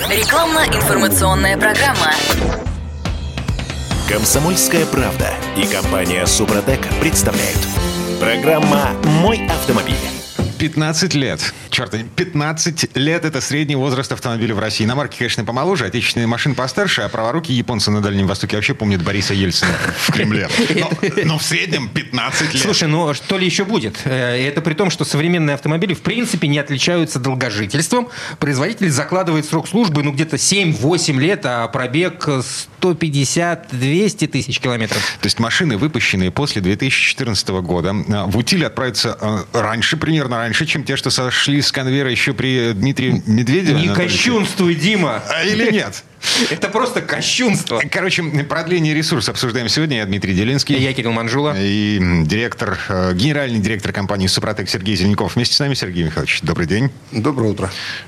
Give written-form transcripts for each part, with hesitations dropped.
Рекламно-информационная программа. «Комсомольская правда» и компания «Супротек» представляют. Программа «Мой автомобиль». 15 лет. Черт, 15 лет – это средний возраст автомобиля в России. Иномарки, конечно, помоложе, отечественные машины постарше, а праворукие японцы на Дальнем Востоке вообще помнят Бориса Ельцина в Кремле. Но в среднем 15 лет. Слушай, ну что ли еще будет? Это при том, что современные автомобили в принципе не отличаются долгожительством. Производитель закладывает срок службы где-то 7-8 лет, а пробег 150-200 тысяч километров. То есть машины, выпущенные после 2014 года, в утиль отправятся примерно раньше, чем те, что сошли с конвейера еще при Дмитрии Медведеве. Не кощунствуй, Дима! Или нет? Это просто кощунство. Короче, продление ресурса обсуждаем сегодня. Я Дмитрий Делинский. Я Кирилл Манжула. И генеральный директор компании «Супротек» Сергей Зеленков. Вместе с нами, Сергей Михайлович. Добрый день. Доброе утро.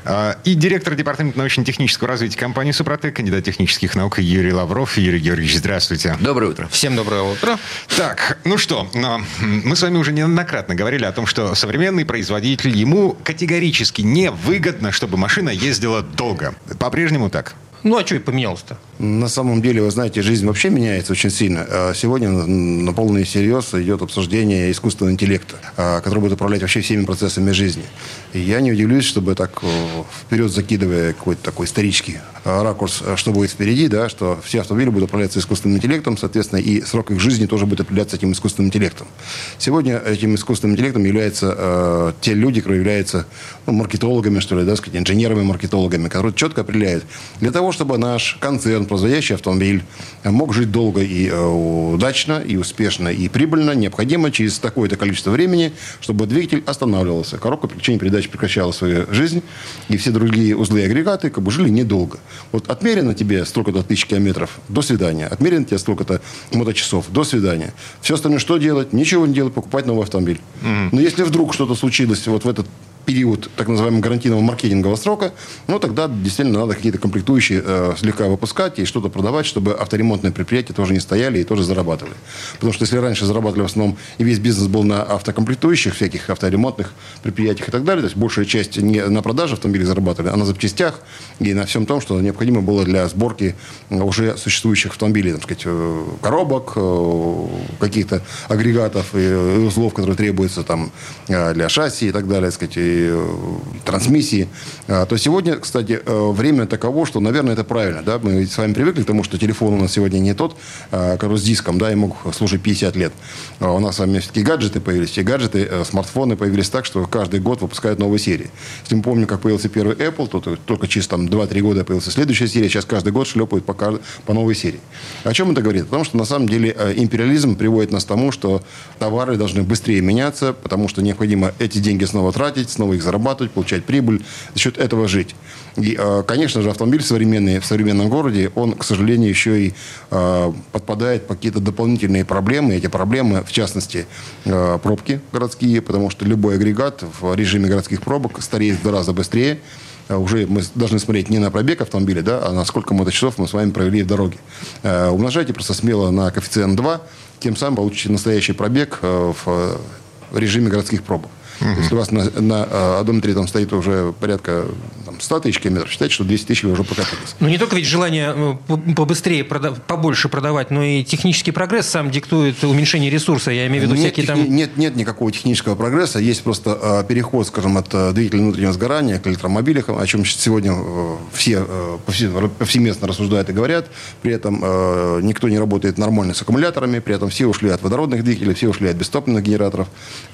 И директор департамента научно-технического развития компании «Супротек», кандидат технических наук Юрий Лавров. Юрий Георгиевич, здравствуйте. Доброе утро. Всем доброе утро. Так, ну что, мы с вами уже неоднократно говорили о том, что современный производитель, ему категорически невыгодно, чтобы машина ездила долго. По-прежнему так? Ну, а что и поменялось-то? На самом деле, вы знаете, жизнь вообще меняется очень сильно. Сегодня на полный серьез идет обсуждение искусственного интеллекта, который будет управлять вообще всеми процессами жизни. И я не удивлюсь, чтобы так вперед закидывая какой-то такой исторический ракурс, что будет впереди, да, что все автомобили будут управляться искусственным интеллектом, соответственно, и срок их жизни тоже будет определяться этим искусственным интеллектом. Сегодня этим искусственным интеллектом являются те люди, которые являются маркетологами, что ли, да, сказать, инженерами-маркетологами, которые четко определяют. Для того, чтобы наш концерн, производящий автомобиль, мог жить долго и удачно, и успешно, и прибыльно, необходимо через такое-то количество времени, чтобы двигатель останавливался, коробка переключения передач прекращала свою жизнь, и все другие узлы и агрегаты жили недолго. Вот отмерено тебе столько-то тысяч километров, до свидания. Отмерено тебе столько-то моточасов, до свидания. Все остальное что делать? Ничего не делать, покупать новый автомобиль. Но если вдруг что-то случилось вот в этот период так называемого гарантийного маркетингового срока, тогда действительно надо какие-то комплектующие слегка выпускать и что-то продавать, чтобы авторемонтные предприятия тоже не стояли и тоже зарабатывали. Потому что если раньше зарабатывали в основном, и весь бизнес был на автокомплектующих, всяких авторемонтных предприятиях и так далее, то есть большая часть не на продаже автомобилей зарабатывали, а на запчастях и на всем том, что необходимо было для сборки уже существующих автомобилей, так сказать, коробок, каких-то агрегатов и узлов, которые требуются там для шасси и так далее, так сказать, и трансмиссии. То сегодня, кстати, время таково, что, наверное, это правильно. Да? Мы с вами привыкли к тому, что телефон у нас сегодня не тот, который с диском, да, и мог служить 50 лет. У нас с вами все-таки гаджеты появились. И гаджеты, смартфоны появились так, что каждый год выпускают новые серии. Если мы помним, как появился первый Apple, то только через 2-3 года появилась следующая серия. Сейчас каждый год шлепают по новой серии. О чем это говорит? О том, что на самом деле империализм приводит нас к тому, что товары должны быстрее меняться, потому что необходимо эти деньги снова тратить, снова их зарабатывать, получать прибыль, за счет этого жить. И, конечно же, автомобиль современный в современном городе, он, к сожалению, еще и подпадает под какие-то дополнительные проблемы. Эти проблемы, в частности, пробки городские, потому что любой агрегат в режиме городских пробок стареет в 2 раза быстрее. Уже мы должны смотреть не на пробег автомобиля, да, а на сколько моточасов мы с вами провели в дороге. Умножайте просто смело на коэффициент 2, тем самым получите настоящий пробег в режиме городских пробок. Если у вас на одометре там стоит уже порядка 100 тысяч километров, считайте, что 200 тысяч вы уже прокатились. Ну, не только ведь желание побыстрее, побольше продавать, но и технический прогресс сам диктует уменьшение ресурса. Я имею в виду всякие там... Нет никакого технического прогресса. Есть просто переход, скажем, от двигателя внутреннего сгорания к электромобилям, о чем сегодня все повсеместно рассуждают и говорят. При этом никто не работает нормально с аккумуляторами, при этом все ушли от водородных двигателей, все ушли от бестопливных генераторов.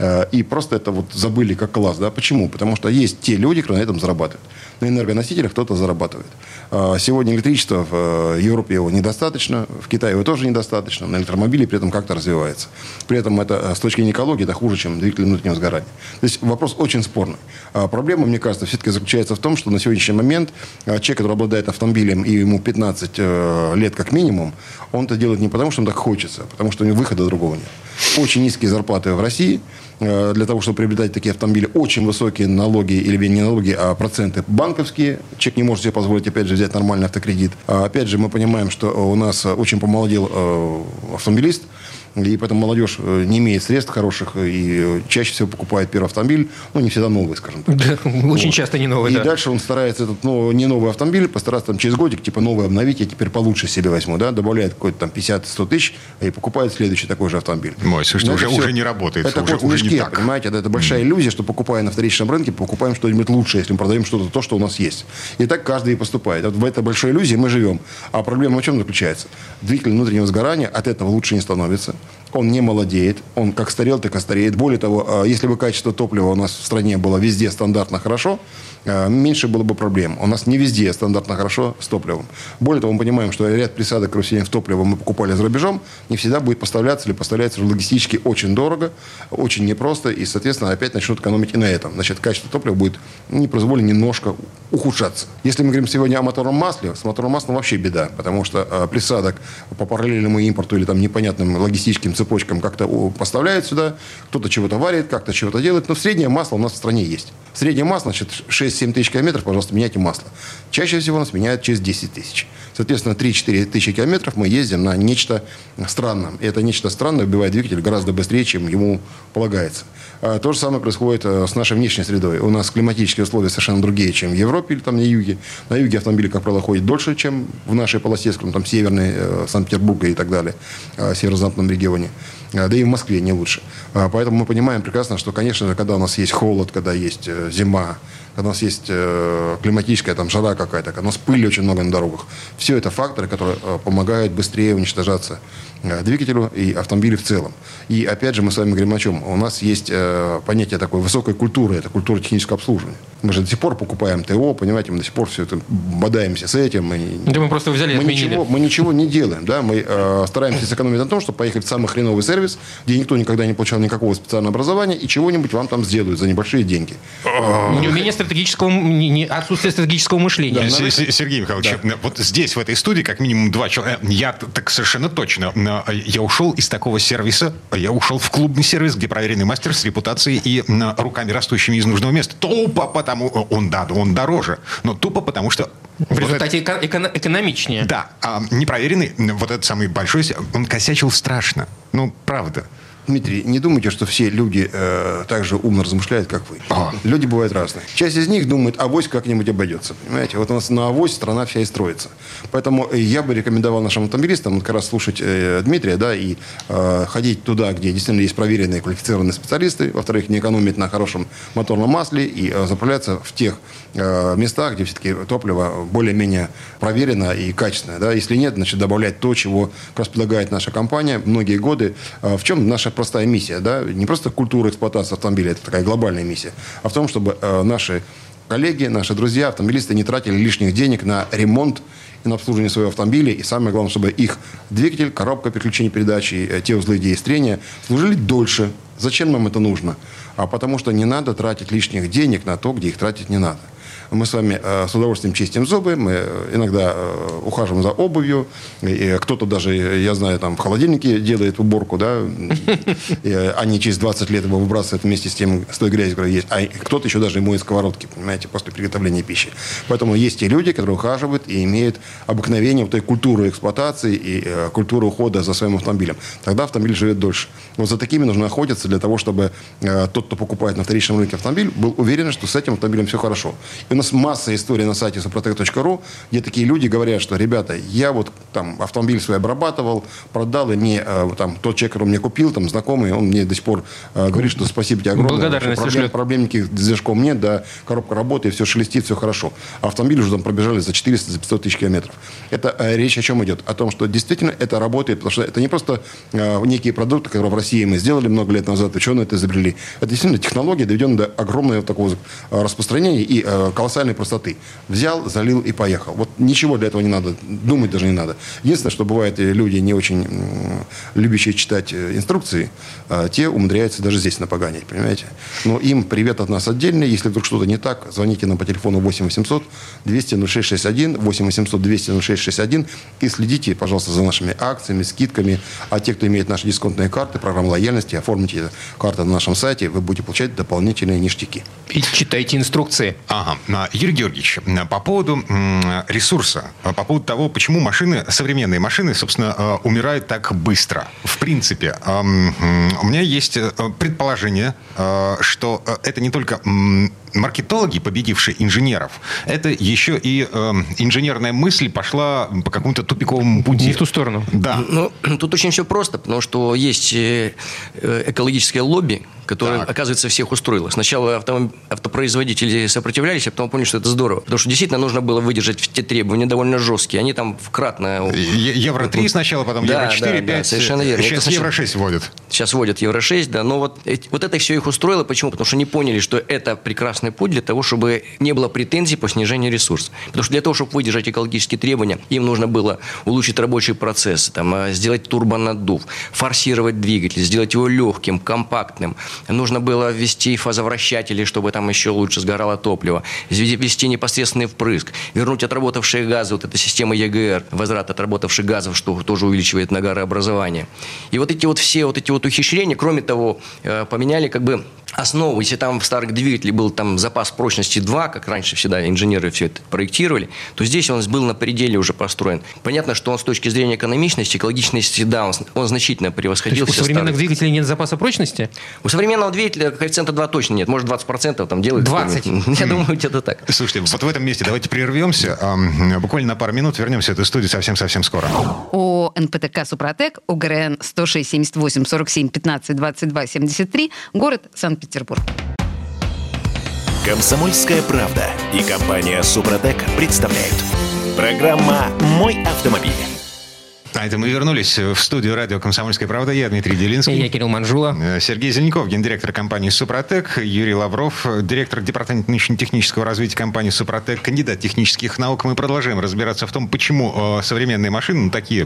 И просто это забыли как класс. Да? Почему? Потому что есть те люди, которые на этом зарабатывают. На энергоносителях кто-то зарабатывает. Сегодня электричества в Европе его недостаточно, в Китае его тоже недостаточно, на электромобиле при этом как-то развивается. При этом это с точки зрения экологии это хуже, чем двигатель внутреннего сгорания. То есть вопрос очень спорный. Проблема, мне кажется, все-таки заключается в том, что на сегодняшний момент человек, который обладает автомобилем и ему 15 лет как минимум, он это делает не потому, что ему так хочется, а потому что у него выхода другого нет. Очень низкие зарплаты в России. Для того, чтобы приобретать такие автомобили, очень высокие налоги, или не налоги, а проценты банковские. Человек не может себе позволить, опять же, взять нормальный автокредит. Опять же, мы понимаем, что у нас очень помолодел автомобилист. И поэтому молодежь не имеет средств хороших и чаще всего покупает первый автомобиль, не всегда новый, скажем так. Да, очень часто не новый, И да. дальше он старается этот не новый автомобиль, постараться там через годик, новый обновить, я теперь получше себе возьму, да, добавляет какой-то там 50-100 тысяч и покупает следующий такой же автомобиль. Ой, слушайте, уже не работает. Это уже в мешке, не так. понимаете, это большая иллюзия, что покупая на вторичном рынке, покупаем что-нибудь лучшее, если мы продаем что-то, то, что у нас есть. И так каждый и поступает. Вот в этой большой иллюзии мы живем. А проблема в чем заключается? Двигатель внутреннего сгорания от этого лучше не становится. Он не молодеет, он как старел, так и стареет. Более того, если бы качество топлива у нас в стране было везде стандартно хорошо, меньше было бы проблем. У нас не везде стандартно хорошо с топливом. Более того, мы понимаем, что ряд присадок в топливо мы покупали за рубежом, не всегда будет поставляться или поставляется логистически очень дорого, очень непросто, и, соответственно, опять начнут экономить и на этом. Значит, качество топлива будет непроизвольно немножко ухудшаться. Если мы говорим сегодня о моторном масле, с моторным маслом вообще беда, потому что присадок по параллельному импорту или там непонятным логистическим цепочкам как-то поставляют сюда, кто-то чего-то варит, как-то чего-то делает, но среднее масло у нас в стране есть. Среднее масло, значит, 6-7 тысяч километров, пожалуйста, меняйте масло. Чаще всего нас меняют через 10 тысяч. Соответственно, 3-4 тысячи километров мы ездим на нечто странное. И это нечто странное убивает двигатель гораздо быстрее, чем ему полагается. То же самое происходит с нашей внешней средой. У нас климатические условия совершенно другие, чем в Европе или там на юге. На юге автомобили, как правило, ходят дольше, чем в нашей полосе, там северной, Санкт-Петербурга и так далее, северо-западном регионе. Да и в Москве не лучше. Поэтому мы понимаем прекрасно, что, конечно же, когда у нас есть холод, когда есть зима, когда у нас есть климатическая там, жара какая-то, когда у нас пыли очень много на дорогах, все это факторы, которые помогают быстрее уничтожаться двигателю и автомобилю в целом. И опять же мы с вами говорим о чем? У нас есть понятие такой высокой культуры, это культура технического обслуживания. Мы же до сих пор покупаем ТО, понимаете, мы до сих пор все это бодаемся с этим. Мы просто взяли и отменили. Мы ничего не делаем, да, мы стараемся сэкономить на том, чтобы поехать в самый хреновый сервис, где никто никогда не получал никакого специального образования, и чего-нибудь вам там сделают за небольшие деньги. Неумение отсутствие стратегического мышления. Сергей Михайлович, вот здесь, в этой студии, как минимум 2 человека, я так совершенно точно, я ушел из такого сервиса, я ушел в клубный сервис, где проверенный мастер с репутацией и руками растущими из нужного места. Тупо потому, он дороже, но тупо потому, что... В результате экономичнее. Да, непроверенный, вот этот самый большой, он косячил страшно. Правда. Дмитрий, не думайте, что все люди так же умно размышляют, как вы. Люди бывают разные. Часть из них думает, авось как-нибудь обойдется. Понимаете? Вот у нас на авось страна вся и строится. Поэтому я бы рекомендовал нашим автомобилистам как раз слушать Дмитрия, да, и ходить туда, где действительно есть проверенные, квалифицированные специалисты. Во-вторых, не экономить на хорошем моторном масле и заправляться в тех местах, где все-таки топливо более-менее проверено и качественное. Да? Если нет, значит, добавлять то, чего как раз предлагает наша компания многие годы. В чем наша простая миссия? Да? Не просто культура эксплуатации автомобиля, это такая глобальная миссия, а в том, чтобы наши коллеги, наши друзья, автомобилисты не тратили лишних денег на ремонт и на обслуживание своего автомобиля. И самое главное, чтобы их двигатель, коробка переключения передач и те узлы действия служили дольше. Зачем нам это нужно? Потому что не надо тратить лишних денег на то, где их тратить не надо. Мы с вами с удовольствием чистим зубы, мы иногда ухаживаем за обувью, и кто-то даже, я знаю, там в холодильнике делает уборку, да, они через 20 лет его выбрасывают вместе с той грязью, которая есть, а кто-то еще даже моет сковородки, понимаете, после приготовления пищи. Поэтому есть те люди, которые ухаживают и имеют обыкновение вот той культуры эксплуатации и культуры ухода за своим автомобилем. Тогда автомобиль живет дольше. Вот за такими нужно охотиться для того, чтобы тот, кто покупает на вторичном рынке автомобиль, был уверен, что с этим автомобилем все хорошо. И у нас масса историй на сайте suprotec.ru, где такие люди говорят, что, ребята, я вот там автомобиль свой обрабатывал, продал, и мне там тот человек, который мне купил, там знакомый, он мне до сих пор говорит, что спасибо тебе огромное. Благодарность. Проблем никаких с движком нет, да, коробка работает, все шелестит, все хорошо. А автомобиль уже там пробежали за 400-500 тысяч километров. Это речь о чем идет? О том, что действительно это работает, потому что это не просто некие продукты, которые в России мы сделали много лет назад, ученые это изобрели. Это действительно технология, доведенная до огромного такого распространения и колоссальной простоты. Взял, залил и поехал. Вот ничего для этого не надо, думать даже не надо. Единственное, что бывает, люди не очень любящие читать инструкции, те умудряются даже здесь напоганить, понимаете? Но им привет от нас отдельный. Если вдруг что-то не так, звоните нам по телефону 8 800 200 0661, 8 800 200 0661 и следите, пожалуйста, за нашими акциями, скидками. А те, кто имеет наши дисконтные карты, программу лояльности, оформите карты на нашем сайте, вы будете получать дополнительные ништяки. И читайте инструкции. Ага. Юрий Георгиевич, по поводу ресурса, по поводу того, почему современные машины, собственно, умирают так быстро. В принципе, у меня есть предположение, что это не только маркетологи, победившие инженеров, это еще и инженерная мысль пошла по какому-то тупиковому пути. Не в ту сторону. Да. Ну, тут очень все просто, потому что есть экологическое лобби, которое, оказывается, всех устроило. Сначала автопроизводители сопротивлялись, а потом поняли, что это здорово. Потому что действительно нужно было выдержать те требования довольно жесткие. Они там вкратно... Евро-3 сначала, потом Евро-4, 5. Да, совершенно верно. Сейчас Евро-6 вводят. Сейчас вводят Евро-6, да. Но вот это все их устроило. Почему? Потому что они поняли, что это прекрасный путь для того, чтобы не было претензий по снижению ресурсов. Потому что для того, чтобы выдержать экологические требования, им нужно было улучшить рабочий процесс, там, сделать турбонаддув, форсировать двигатель, сделать его легким, компактным. Нужно было ввести фазовращатели, чтобы там еще лучше сгорало топливо, ввести непосредственный впрыск, вернуть отработавшие газы, вот эта система ЕГР, возврат отработавших газов, что тоже увеличивает нагарообразование. И вот эти вот все вот эти вот ухищрения, кроме того, поменяли как бы основу. Если там в старых двигателях был там запас прочности 2, как раньше всегда инженеры все это проектировали, то здесь он был на пределе уже построен. Понятно, что он с точки зрения экономичности, экологичности, да, он значительно превосходил все у современных двигателей нет запаса прочности? У современного двигателя коэффициента 2 точно нет. Может, 20% там делают. 20? Я думаю, где-то так. Слушайте, вот в этом месте давайте прервемся. Буквально на пару минут вернемся в эту студию совсем-совсем скоро. ООО «НПТК Супротек», УГРН 106 78 47 15 22 73, город Санкт-Петербург. «Комсомольская правда» и компания «Супротек» представляют. Программа «Мой автомобиль». А это мы вернулись в студию радио «Комсомольская правда». Я Дмитрий Делинский. Я Кирилл Манжула. Сергей Зеленков, гендиректор компании «Супротек». Юрий Лавров, директор департамента научно-технического развития компании «Супротек», кандидат технических наук. Мы продолжаем разбираться в том, почему современные машины такие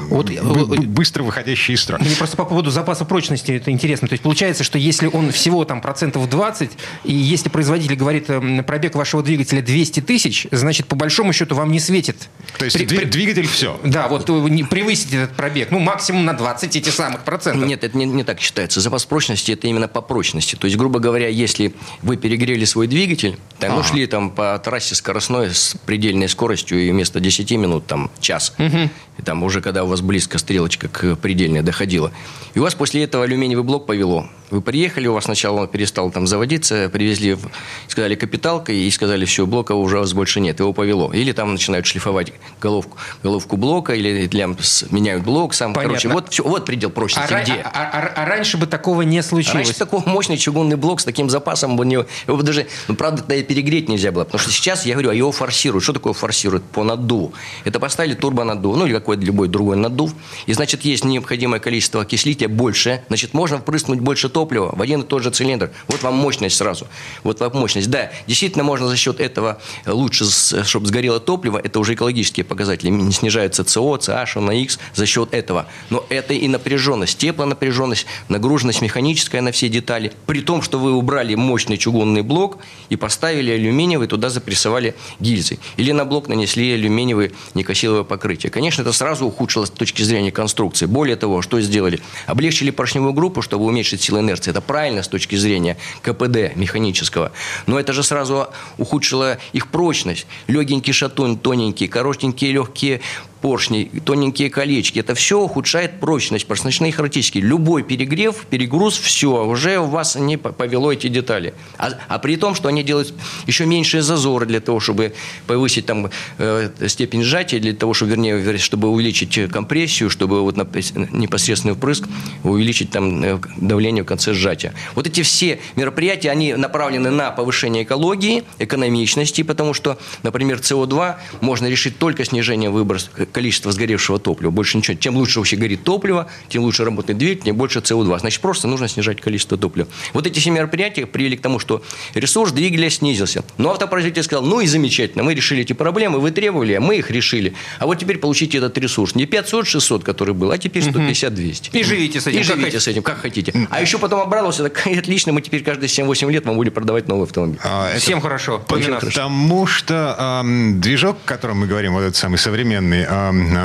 быстро выходящие из строя. Мне просто по поводу запаса прочности это интересно. То есть получается, что если он всего там 20%, и если производитель говорит, пробег вашего двигателя 200 тысяч, значит, по большому счету вам не светит. То есть двигатель все. Да, вот превысить этот пробег, максимум на 20 этих самых процентов. Нет, это не так считается. Запас прочности – это именно по прочности. То есть, грубо говоря, если вы перегрели свой двигатель, шли там по трассе скоростной с предельной скоростью, и вместо 10 минут, там, час, и там уже когда у вас близко стрелочка к предельной доходила, и у вас после этого алюминиевый блок повело. Вы приехали, у вас сначала он перестал там заводиться, привезли, сказали, капиталкой, и сказали, все, блока уже у вас больше нет, его повело. Или там начинают шлифовать головку блока, или меняют блок сам. Понятно. Короче, вот предел прочности. Где? Раньше бы такого не случилось. Раньше такой мощный чугунный блок с таким запасом, его даже, правда, перегреть нельзя было. Потому что сейчас, я говорю, его форсируют. Что такое форсируют? По наддуву. Это поставили турбонаддув, или какой-то любой другой наддув. И, значит, есть необходимое количество окислителя больше. Значит, можно впрыснуть больше топлива в один и тот же цилиндр. Вот вам мощность сразу. Вот вам мощность. Да, действительно, можно за счет этого лучше, чтобы сгорело топливо. Это уже экологические показатели. Не снижается СО, CH, NOx за счет этого. Но это и напряженность, теплонапряженность, нагруженность механическая на все детали. При том, что вы убрали мощный чугунный блок и поставили алюминиевый, туда запрессовали гильзы. Или на блок нанесли алюминиевое некосиловое покрытие. Конечно, это сразу ухудшилось с точки зрения конструкции. Более того, что сделали? Облегчили поршневую группу, чтобы уменьшить силу инерции. Это правильно с точки зрения КПД механического. Но это же сразу ухудшило их прочность. Легенький шатун, тоненький, коротенькие легкие поршни, тоненькие колечки. Это все ухудшает прочность, прочностные характеристики. Любой перегрев, перегруз, все, уже у вас не повело эти детали. А при том, что они делают еще меньшие зазоры для того, чтобы повысить там степень сжатия, для того, чтобы увеличить компрессию, чтобы вот непосредственный впрыск увеличить там давление в конце сжатия. Вот эти все мероприятия, они направлены на повышение экологии, экономичности, потому что, например, СО2 можно решить только снижением выброса количество сгоревшего топлива. Больше ничего. Чем лучше вообще горит топливо, тем лучше работает двигатель, тем больше СО2. Значит, просто нужно снижать количество топлива. Вот эти все мероприятия привели к тому, что ресурс двигателя снизился. Но автопроизводитель сказал, и замечательно, мы решили эти проблемы, вы требовали, а мы их решили. А вот теперь получите этот ресурс. Не 500-600, который был, а теперь 150-200. И живите с этим. И живите с этим, как хотите. А еще потом обрадовался, так отлично, мы теперь каждые 7-8 лет вам будем продавать новый автомобиль. Всем хорошо. Потому что движок, о котором мы говорим, вот этот самый современный,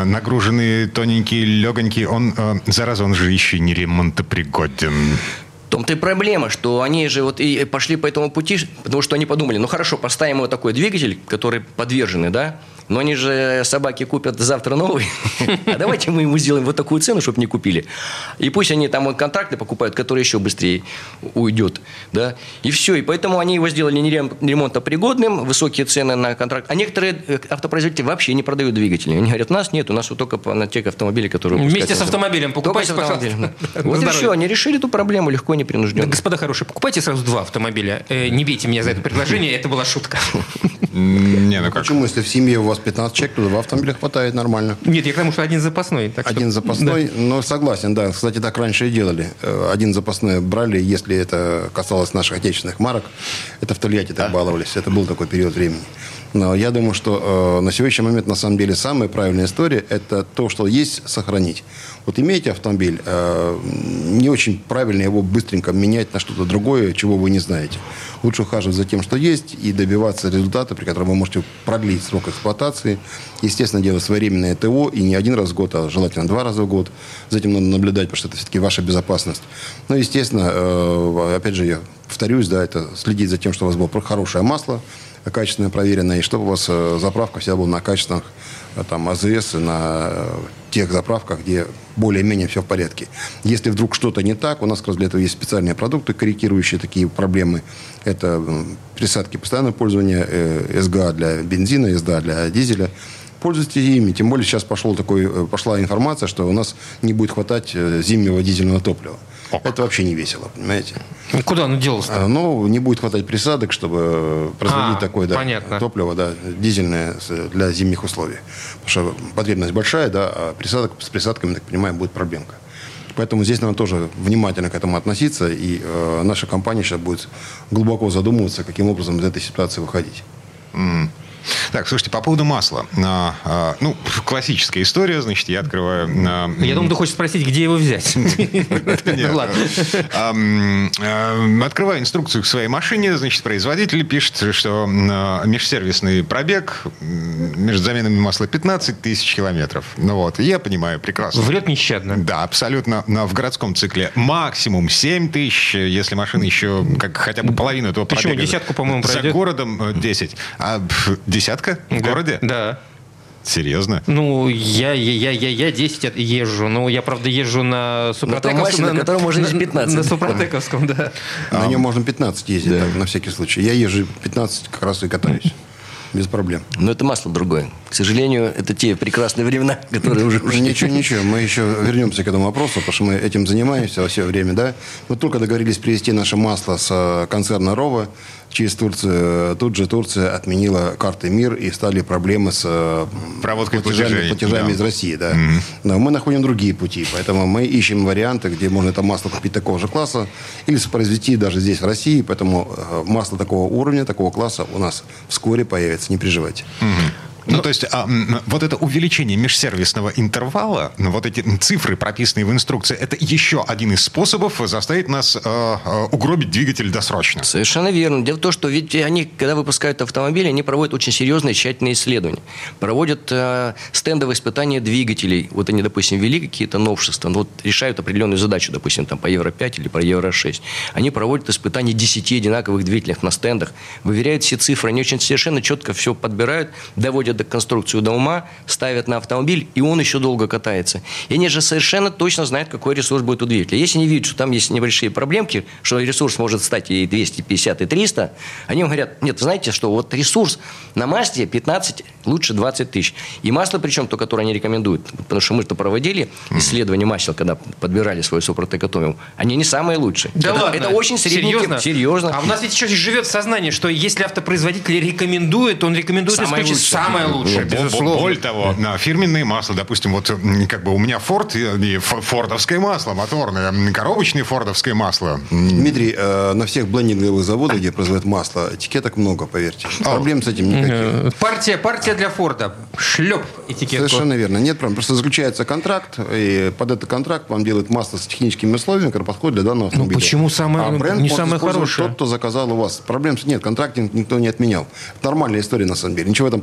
нагруженный, тоненький, легонький, он, зараза, он же еще не ремонтопригоден. том-то и проблема, что они же вот и пошли по этому пути, потому что они подумали, ну хорошо, поставим вот такой двигатель, который подверженный, да, но они же собаки купят завтра новый, а давайте мы ему сделаем вот такую цену, чтобы не купили. И пусть они там вот контракты покупают, которые еще быстрее уйдет, да, и все. И поэтому они его сделали не ремонтопригодным, высокие цены на контракт. А некоторые автопроизводители вообще не продают двигатели. Они говорят, нас нет, у нас вот только на тех автомобилях, которые вместе с автомобилем покупайте, пожалуйста. Вот и все, они решили эту проблему легко, непринужденно. Господа хорошие, покупайте сразу 2 автомобиля. Не бейте меня за это предложение, это была шутка. Не, ну как? Почему, если в семье у вас 15 человек, то 2 автомобиля хватает нормально. Нет, я к тому, что один запасной. Один запасной, но согласен, да. Кстати, так раньше и делали. Один запасной брали, если это касалось наших отечественных марок. Это в Тольятти так баловались. Это был такой период времени. Но я думаю, что на сегодняшний момент, на самом деле, самая правильная история – это то, что есть, сохранить. Вот имеете автомобиль, не очень правильно его быстренько менять на что-то другое, чего вы не знаете. Лучше ухаживать за тем, что есть, и добиваться результата, при котором вы можете продлить срок эксплуатации. Естественно, делать своевременное ТО, и не один раз в год, а желательно 2 раза в год. За этим надо наблюдать, потому что это все-таки ваша безопасность. Ну, естественно, опять же, я повторюсь, да, это следить за тем, что у вас было хорошее масло, качественное, проверенное, и чтобы у вас заправка вся была на качественных там, АЗС, на тех заправках, где более-менее все в порядке. Если вдруг что-то не так, у нас как раз для этого есть специальные продукты, корректирующие такие проблемы. Это присадки постоянного пользования, СГА для бензина, СДА для дизеля. Пользуйтесь ими. Тем более сейчас пошла информация, что у нас не будет хватать зимнего дизельного топлива. Это вообще не весело, понимаете? Куда оно делось-то? Ну, не будет хватать присадок, чтобы производить такое топливо дизельное для зимних условий. Потому что потребность большая, да, а с присадками, так понимаю, будет проблемка. Поэтому здесь надо тоже внимательно к этому относиться. И наша компания сейчас будет глубоко задумываться, каким образом из этой ситуации выходить. Так, слушайте, по поводу масла. Ну, классическая история, значит, я открываю... Я думаю, ты хочешь спросить, где его взять. Ладно. Открываю инструкцию к своей машине, значит, производитель пишет, что межсервисный пробег между заменами масла 15 тысяч километров. Ну вот, я понимаю прекрасно. Врет нещадно. Да, абсолютно. В городском цикле максимум 7 тысяч, если машина еще хотя бы половину этого пробега. Почему? 10, по-моему, пройдет. За городом 10. А 10 в городе? Да. Серьезно? Ну, я 10 езжу. Ну, я, правда, езжу на Супротековском. На котором можно ездить 15. На Супротековском, да. На нем можно 15 ездить, так, на всякий случай. Я езжу 15, как раз и катаюсь. Без проблем. Но это масло другое. К сожалению, это те прекрасные времена, которые уже ушли. Ничего. Мы еще вернемся к этому вопросу, потому что мы этим занимаемся во все время, да. Мы только договорились привезти наше масло с концерна РОВА через Турцию. Тут же Турция отменила карты МИР, и стали проблемы с проводкой платежами из России, да. Но мы находим другие пути, поэтому мы ищем варианты, где можно это масло купить такого же класса или произвести даже здесь, в России. Поэтому масло такого уровня, такого класса у нас вскоре появится, не переживайте. Ну, то есть, вот это увеличение межсервисного интервала, вот эти цифры, прописанные в инструкции, это еще один из способов заставить нас угробить двигатель досрочно. Совершенно верно. Дело в том, что ведь они, когда выпускают автомобили, они проводят очень серьезные, тщательные исследования. Проводят стендовые испытания двигателей. Вот они, допустим, ввели какие-то новшества, вот решают определенную задачу, допустим, там, по Евро-5 или по Евро-6. Они проводят испытания 10 одинаковых двигателей на стендах, выверяют все цифры, они очень совершенно четко все подбирают, доводят конструкцию до ума, ставят на автомобиль, и он еще долго катается. И они же совершенно точно знают, какой ресурс будет у двигателя. Если они видят, что там есть небольшие проблемки, что ресурс может стать и 250, и 300, они говорят, нет, знаете, что вот ресурс на масле 15, лучше 20 тысяч. И масло, причем то, которое они рекомендуют, потому что мы-то проводили исследование масел, когда подбирали свой Супротек Атомиум, они не самые лучшие. Да ладно? Это очень средненький. Серьезно. А у нас ведь еще живет сознание, что если автопроизводитель рекомендует, он рекомендует исключить самое лучшее, безусловно. Более того, фирменные масла, допустим, вот как бы у меня Форд и фордовское масло моторное, коробочное фордовское масло. Дмитрий, на всех блендинговых заводах, где производят масло, этикеток много, поверьте. Проблем с этим никаких. Партия для Форда. Шлеп этикетку. Совершенно верно. Нет проблем. Просто заключается контракт, и под этот контракт вам делают масло с техническими условиями, которые подходят для данного автомобиля. Ну почему не самое хорошее? Тот, кто заказал у вас. Проблем нет, контрактинг никто не отменял. Это нормальная история, на самом деле. Ничего в этом плохого нет.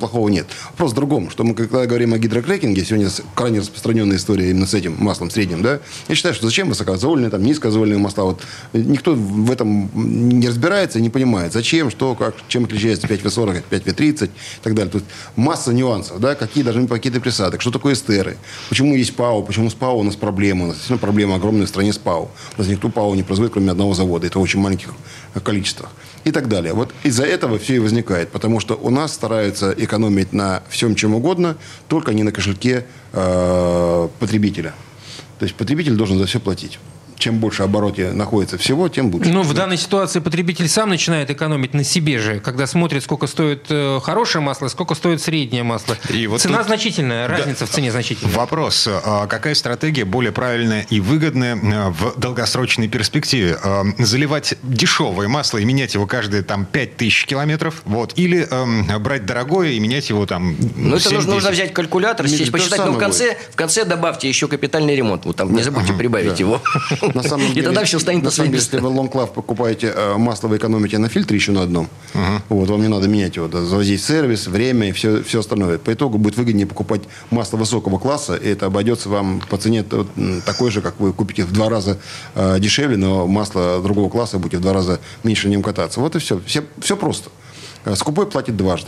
нет. Вопрос в другом, что мы, когда говорим о гидрокрекинге, сегодня крайне распространенная история именно с этим маслом средним, да, я считаю, что зачем высокоазольные, там, низкоазольные масла, вот, никто в этом не разбирается и не понимает, зачем, что, как, чем отличается 5В40 от 5В30 и так далее. Тут масса нюансов, да, какие должны быть пакеты присадок, что такое эстеры, почему есть ПАО, почему с ПАО у нас проблемы, у нас действительно проблема огромная в стране с ПАО. У нас никто ПАО не производит, кроме одного завода, это в очень маленьких количествах. И так далее. Вот из-за этого все и возникает. Потому что у нас стараются экономить на всем чем угодно, только не на кошельке потребителя. То есть потребитель должен за все платить. Чем больше в обороте находится всего, тем лучше. Ну, в данной ситуации потребитель сам начинает экономить на себе же, когда смотрит, сколько стоит хорошее масло, сколько стоит среднее масло. И вот цена значительная, разница в цене значительная. Вопрос. Какая стратегия более правильная и выгодная в долгосрочной перспективе? Заливать дешевое масло и менять его каждые там 5000 километров? Вот, или брать дорогое и менять его там 7-10? Ну, это нужно взять калькулятор, сесть, посчитать, но в конце добавьте еще капитальный ремонт. Вот там не забудьте прибавить его. На самом деле, и тогда все станет на свои места. Если вы Long Life покупаете масло, вы экономите на фильтре еще на одном. Вот, вам не надо менять его. Да, завозить сервис, время и все остальное. По итогу будет выгоднее покупать масло высокого класса, и это обойдется вам по цене такой же, как вы купите в 2 раза дешевле, но масло другого класса будете в 2 раза меньше на нем кататься. Вот и все. Все просто. Скупой платит дважды.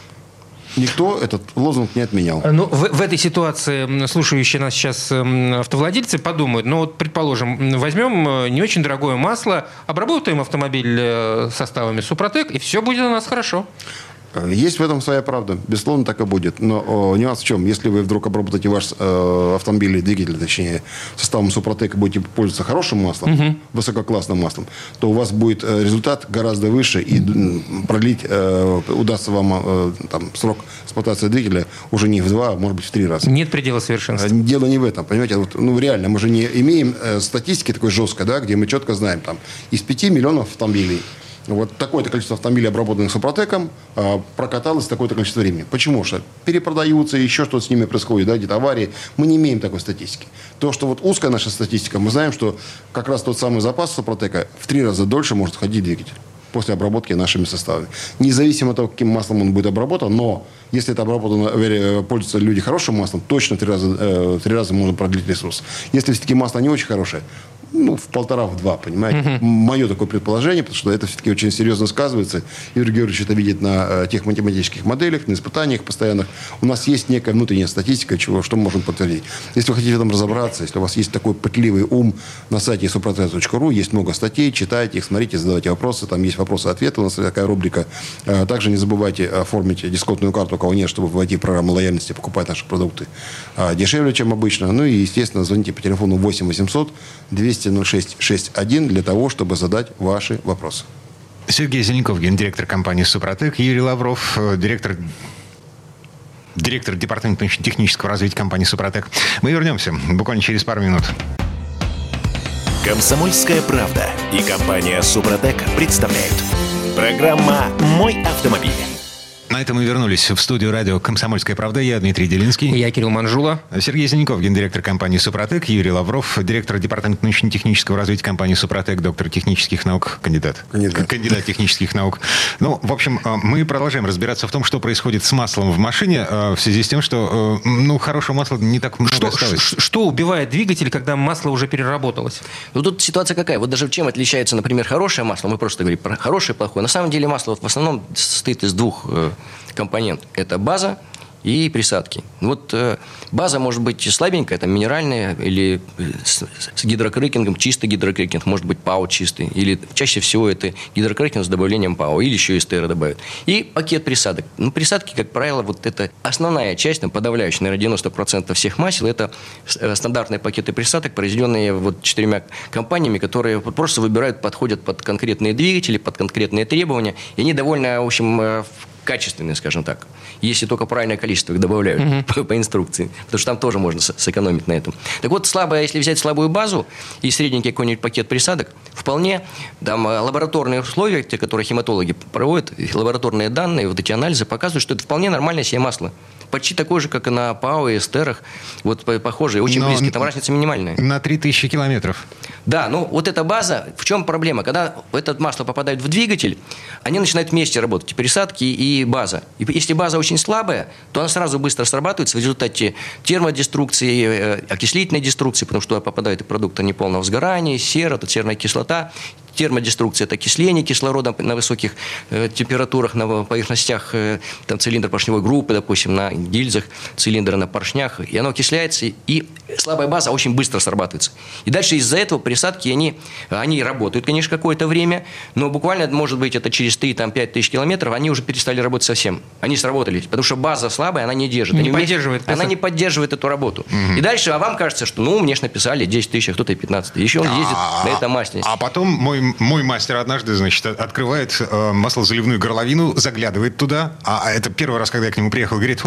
Никто этот лозунг не отменял. Ну, в этой ситуации слушающие нас сейчас автовладельцы подумают, ну вот, предположим, возьмем не очень дорогое масло, обработаем автомобиль составами Супротек, и все будет у нас хорошо. Есть в этом своя правда. Безусловно, так и будет. Но нюанс в чем? Если вы вдруг обработаете ваш автомобиль или двигатель, точнее, составом Супротек, и будете пользоваться хорошим маслом, высококлассным маслом, то у вас будет результат гораздо выше, и продлить удастся вам срок эксплуатации двигателя уже не в 2, а может быть в 3 раза. Нет предела совершенства. Дело не в этом. Понимаете, вот, реально, мы же не имеем статистики такой жесткой, да, где мы четко знаем, там, из 5 миллионов автомобилей вот такое-то количество автомобилей, обработанных Супротеком, прокаталось такое-то количество времени. Почему? Что перепродаются, еще что-то с ними происходит, да, где-то аварии. Мы не имеем такой статистики. То, что вот узкая наша статистика, мы знаем, что как раз тот самый запас Супротека в 3 раза дольше может ходить двигатель после обработки нашими составами. Независимо от того, каким маслом он будет обработан, но если это обработано, пользуются люди хорошим маслом, точно в 3 раза можно продлить ресурс. Если все-таки масло не очень хорошее, в 1,5, в 2, понимаете? Мое такое предположение, потому что это все-таки очень серьезно сказывается. Юрий Георгиевич это видит на тех математических моделях, на испытаниях постоянных. У нас есть некая внутренняя статистика, что мы можем подтвердить. Если вы хотите в этом разобраться, если у вас есть такой пытливый ум, на сайте suprotec.ru есть много статей, читайте их, смотрите, задавайте вопросы. Там есть вопросы-ответы, у нас такая рубрика. Также не забывайте оформить дисконтную карту, у кого нет, чтобы войти в программу лояльности, покупать наши продукты дешевле, чем обычно. Ну и, естественно, звоните по телефону 8 800 200 0661 для того, чтобы задать ваши вопросы. Сергей Зеленков, гендиректор компании «Супротек», Юрий Лавров, директор департамента технического развития компании «Супротек». Мы вернемся буквально через пару минут. «Комсомольская правда» и компания «Супротек» представляют. Программа «Мой автомобиль». На этом мы вернулись в студию радио «Комсомольская правда». Я Дмитрий Делинский. Я Кирилл Манжула. Сергей Зеленков, гендиректор компании «Супротек». Юрий Лавров, директор департамента научно-технического развития компании «Супротек», доктор технических наук, кандидат технических наук. Ну, в общем, мы продолжаем разбираться в том, что происходит с маслом в машине в связи с тем, что хорошего масла не так много осталось. Что убивает двигатель, когда масло уже переработалось? Ну, тут ситуация какая? Вот даже чем отличается, например, хорошее масло, мы просто говорим про хорошее и плохое. На самом деле масло в основном состоит из 2 компонент. Это база и присадки. Вот база может быть слабенькая, там минеральная, или с гидрокрекингом, чистый гидрокрекинг, может быть ПАО чистый, или чаще всего это гидрокрекинг с добавлением ПАО, или еще эстеры добавят. И пакет присадок. Ну, присадки, как правило, вот это основная часть, там, подавляющая, наверное, 90% всех масел, это стандартные пакеты присадок, произведенные вот 4 компаниями, которые просто выбирают, подходят под конкретные двигатели, под конкретные требования, и они довольно, в общем, качественные, скажем так. Если только правильное количество их добавляют по инструкции. Потому что там тоже можно сэкономить на этом. Так вот, если взять слабую базу и средненький какой-нибудь пакет присадок, вполне там лабораторные условия, те, которые химатологи проводят, лабораторные данные, вот эти анализы показывают, что это вполне нормальное себе масло. Почти такое же, как и на ПАО и эстерах. Вот похожие, очень близкие. Там разница минимальная. На 3000 километров. Да, вот эта база, в чем проблема? Когда это масло попадает в двигатель, они начинают вместе работать, и присадки, и и база. И если база очень слабая, то она сразу быстро срабатывается в результате термодеструкции, окислительной деструкции, потому что попадают и продукты неполного сгорания, сера, это серная кислота. Термодеструкция – это окисление кислорода на высоких температурах, на поверхностях там, цилиндра поршневой группы, допустим, на гильзах цилиндра, на поршнях. И оно окисляется, и слабая база очень быстро срабатывается. И дальше из-за этого присадки, они работают, конечно, какое-то время, но буквально, может быть, это через 3-5 тысяч километров, они уже перестали работать совсем. Они сработались, потому что база слабая, она не держит. Она не поддерживает эту работу. И дальше, вам кажется, что, мне же написали 10 тысяч, а кто-то и 15 тысяч. Еще он ездит на этом масле. А потом мой мастер однажды, значит, открывает маслозаливную горловину, заглядывает туда, а это первый раз, когда я к нему приехал, говорит: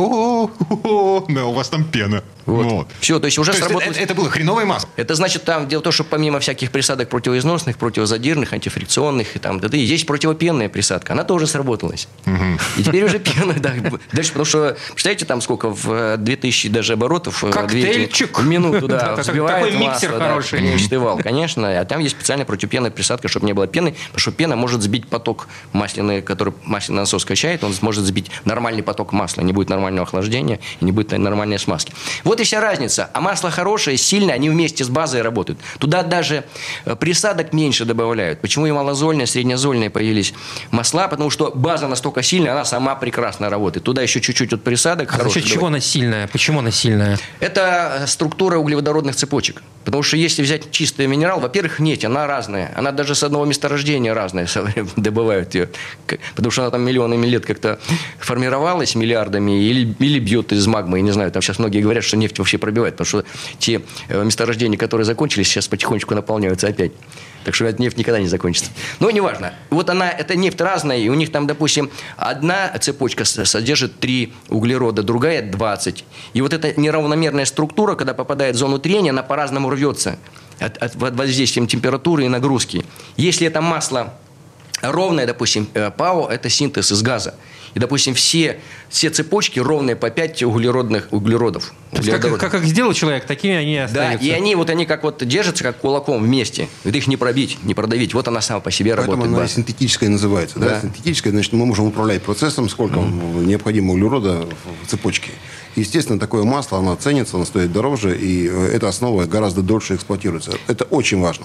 да, у вас там пена. Вот. Все, то есть уже сработало. Это было хреновое масло. Это значит, там дело в том, что помимо всяких присадок противоизносных, противозадирных, антифрикционных, есть противопенная присадка. Она тоже сработалась. И теперь уже пена. Дальше, потому что, представляете, там сколько в 2000 даже оборотов в минуту взбивает масло. Такой миксер хороший. Конечный вал, конечно. А там есть специальная противопенная присадка, чтобы не было пены, потому что пена может сбить поток масляный, который масляный насос качает, он может сбить нормальный поток масла, не будет нормального охлаждения и не будет нормальной смазки. Вот и вся разница. А масло хорошее, сильное, они вместе с базой работают. Туда даже присадок меньше добавляют. Почему и малозольные, среднезольные появились масла? Потому что база настолько сильная, она сама прекрасно работает. Туда еще чуть-чуть от присадок. А за счет чего она сильная? Почему она сильная? Это структура углеводородных цепочек. Потому что если взять чистый минерал, во-первых, нефть, она разная. Она даже с одного месторождения разная добывают ее. Потому что она там миллионами лет как-то формировалась миллиардами или бьет из магмы. Я не знаю, там сейчас многие говорят, что нефть вообще пробивает. Потому что те месторождения, которые закончились, сейчас потихонечку наполняются опять. Так что эта нефть никогда не закончится. Но неважно. Вот эта нефть разная, и у них там, допустим, одна цепочка содержит 3 углерода, другая 20. И вот эта неравномерная структура, когда попадает в зону трения, она по-разному рвется от воздействия температуры и нагрузки. Если это масло ровное, допустим, ПАО – это синтез из газа. И, допустим, все цепочки ровные по 5 углеродов. Как их сделал человек, такими они и остаются. Да, и они как держатся, как кулаком вместе. Вот их не пробить, не продавить. Вот она сама по себе поэтому работает. Поэтому она синтетическая называется. Да? Синтетическая, значит, мы можем управлять процессом, сколько необходимо углерода в цепочке. Естественно, такое масло, оно ценится, оно стоит дороже, и эта основа гораздо дольше эксплуатируется. Это очень важно.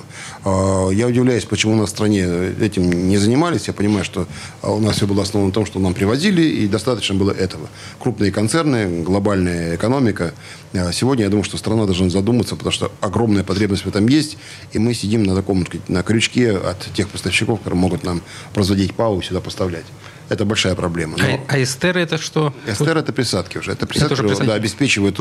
Я удивляюсь, почему у нас в стране этим не занимались. Я понимаю, что у нас все было основано на том, что нам привозили, и достаточно было этого. Крупные концерны, глобальная экономика. Сегодня я думаю, что страна должна задуматься, потому что огромная потребность в этом есть, и мы сидим на крючке от тех поставщиков, которые могут нам производить ПАО и сюда поставлять. Это большая проблема. А эстеры это что? Эстеры это присадки уже. Это присадки, которые обеспечивают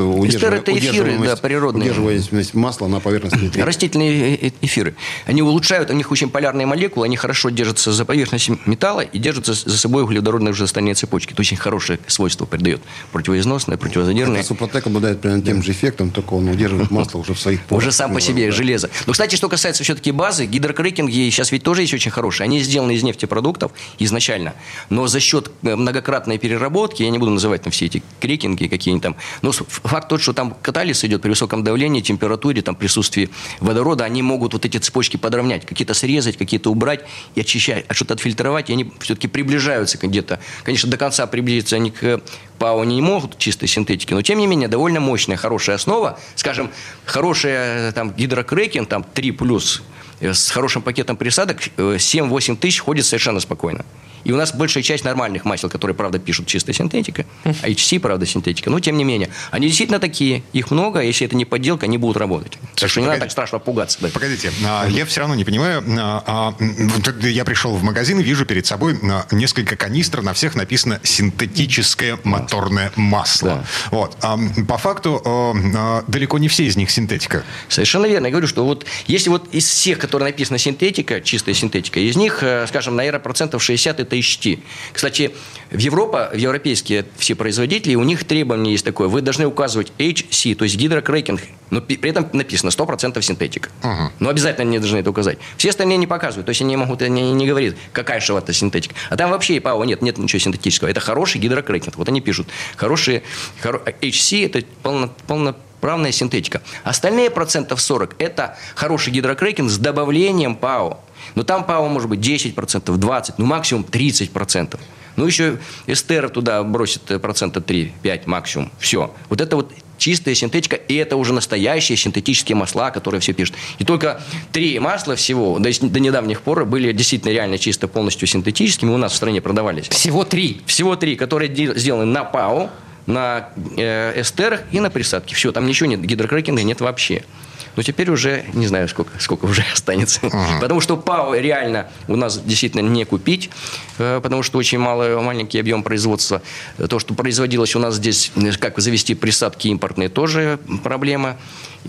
удерживаемость масла на поверхности. Растительные эфиры. Они улучшают, у них очень полярные молекулы, они хорошо держатся за поверхностью металла и держатся за собой углеводородные уже остальные цепочки. Это очень хорошее свойство придает. Противоизносное, противозадирное. Супротек обладает примерно тем же эффектом, только он удерживает масло уже в своих порах. Уже сам по себе железо. Но, кстати, что касается все-таки базы, гидрокрекинги сейчас ведь тоже есть очень хорошие. Они сделаны из нефтепродуктов изначально. Но за счет многократной переработки, я не буду называть там все эти крекинги какие-нибудь там, но факт тот, что там катализ идет при высоком давлении, температуре, там присутствии водорода, они могут вот эти цепочки подровнять, какие-то срезать, какие-то убрать и очищать, а что-то отфильтровать, и они все-таки приближаются где-то. Конечно, до конца приблизиться они к ПАО не могут, чистой синтетики, но тем не менее довольно мощная, хорошая основа, скажем, хорошая там гидрокрекинг, там 3+, с хорошим пакетом присадок 7-8 тысяч ходит совершенно спокойно. И у нас большая часть нормальных масел, которые, правда, пишут чистая синтетика, а HC, правда, синтетика, но тем не менее. Они действительно такие, их много, а если это не подделка, они будут работать. Так что не надо так страшно пугаться. Да. Погодите, я все равно не понимаю. Я пришел в магазин и вижу перед собой несколько канистр, на всех написано «синтетическое моторное масло». Да. Вот. По факту далеко не все из них синтетика. Совершенно верно. Я говорю, что вот если вот из всех, которые написано синтетика, чистая синтетика, из них, скажем, наверное, 60% это HT. Кстати, европейские все производители, у них требование есть такое. Вы должны указывать HC, то есть гидрокрекинг, но при этом написано 100% синтетика. Но обязательно они должны это указать. Все остальные не показывают. То есть они могут не говорят, какая же это синтетика. А там вообще и ПАО нет ничего синтетического. Это хороший гидрокрекинг. Вот они пишут. Хороший HC – это полноправная синтетика. Остальные 40% это хороший гидрокрекинг с добавлением ПАО. Но там ПАО может быть 10%, 20%, ну максимум 30%. Ну еще эстеров туда бросит 3-5% максимум. Все. Вот это вот чистая синтетика, и это уже настоящие синтетические масла, которые все пишут. И только 3 масла всего до недавних пор были действительно реально чисто полностью синтетическими, у нас в стране продавались. Всего 3? Всего 3, которые сделаны на ПАО, на эстерах и на присадке. Все, там ничего нет, гидрокрекинга нет вообще. Но теперь уже не знаю, сколько уже останется. Потому что ПАО реально у нас действительно не купить, потому что очень маленький объем производства. То, что производилось у нас здесь, как завести присадки импортные, тоже проблема.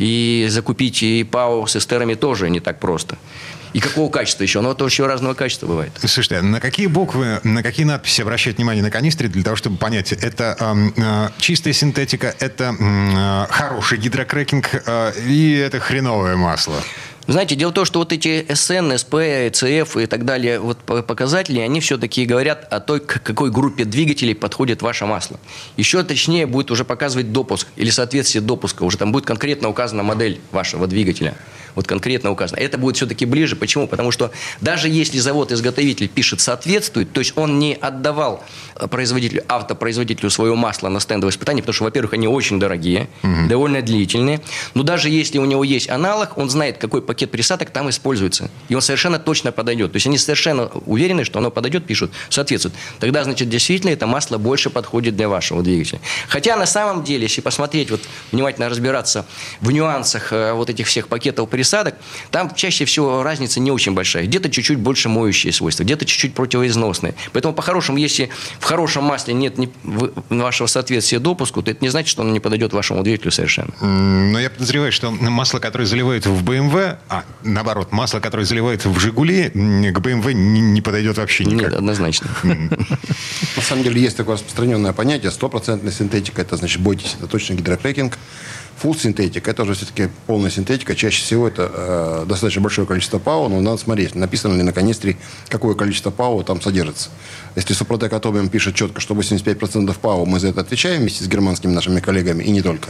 И закупить и ПАО с эстерами тоже не так просто. И какого качества еще? Оно тоже разного качества бывает. Слушайте, на какие буквы, на какие надписи обращать внимание на канистре для того, чтобы понять, это чистая синтетика, это хороший гидрокрекинг и это хреновое масло? Знаете, дело в том, что вот эти СН, СП, ЦФ и так далее вот показатели, они все-таки говорят о той, к какой группе двигателей подходит ваше масло. Еще точнее будет уже показывать допуск или соответствие допуска. Уже там будет конкретно указана модель вашего двигателя. Вот конкретно указано. Это будет все-таки ближе. Почему? Потому что даже если завод-изготовитель пишет «соответствует», то есть он не отдавал автопроизводителю свое масло на стендовое испытание, потому что, во-первых, они очень дорогие, довольно длительные. Но даже если у него есть аналог, он знает, какой пакет присадок там используется. И он совершенно точно подойдет. То есть они совершенно уверены, что оно подойдет, пишут, соответствует. Тогда, значит, действительно это масло больше подходит для вашего двигателя. Хотя на самом деле, если посмотреть, вот внимательно разбираться в нюансах вот этих всех пакетов присадок, там чаще всего разница не очень большая. Где-то чуть-чуть больше моющие свойства, где-то чуть-чуть противоизносные. Поэтому, по-хорошему, если в хорошем масле нет вашего соответствия допуску, то это не значит, что оно не подойдет вашему двигателю совершенно. Но я подозреваю, что масло, которое заливают в BMW, наоборот, масло, которое заливают в «Жигули», к BMW не подойдет вообще никак. Нет, однозначно. На самом деле есть такое распространенное понятие: 100% синтетика, это значит, бойтесь, это точно гидрокрекинг. Full синтетика, это уже все-таки полная синтетика. Чаще всего это достаточно большое количество ПАО, но надо смотреть, написано ли на канистре, какое количество ПАО там содержится. Если Супротек Атомиум пишет четко, что 85% ПАО, мы за это отвечаем вместе с германскими нашими коллегами, и не только,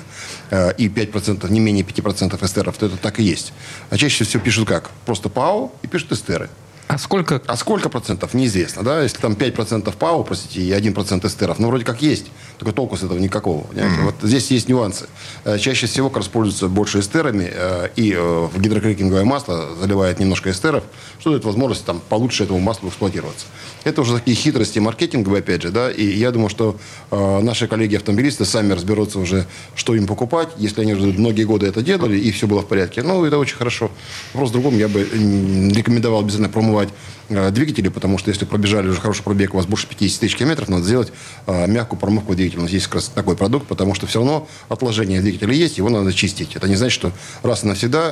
и 5%, не менее 5% эстеров, то это так и есть. А чаще всего пишут как? Просто ПАО и пишут эстеры. А сколько? А сколько процентов? Неизвестно, да? Если там 5% ПАО, простите, и 1% эстеров, ну, вроде как есть, только толку с этого никакого. Вот здесь есть нюансы. Чаще всего как раз пользуются больше эстерами, и в гидрокрекинговое масло заливает немножко эстеров, что дает возможность там получше этому маслу эксплуатироваться. Это уже такие хитрости маркетинговые, опять же, да, и я думаю, что наши коллеги-автомобилисты сами разберутся уже, что им покупать, если они уже многие годы это делали, и все было в порядке. Ну, это очень хорошо. Вопрос в другом, я бы рекомендовал обязательно промывать двигатели, потому что если пробежали уже хороший пробег, у вас больше 50 тысяч километров, надо сделать мягкую промывку двигателя. У нас есть как раз такой продукт, потому что все равно отложение двигателя есть, его надо чистить. Это не значит, что раз и навсегда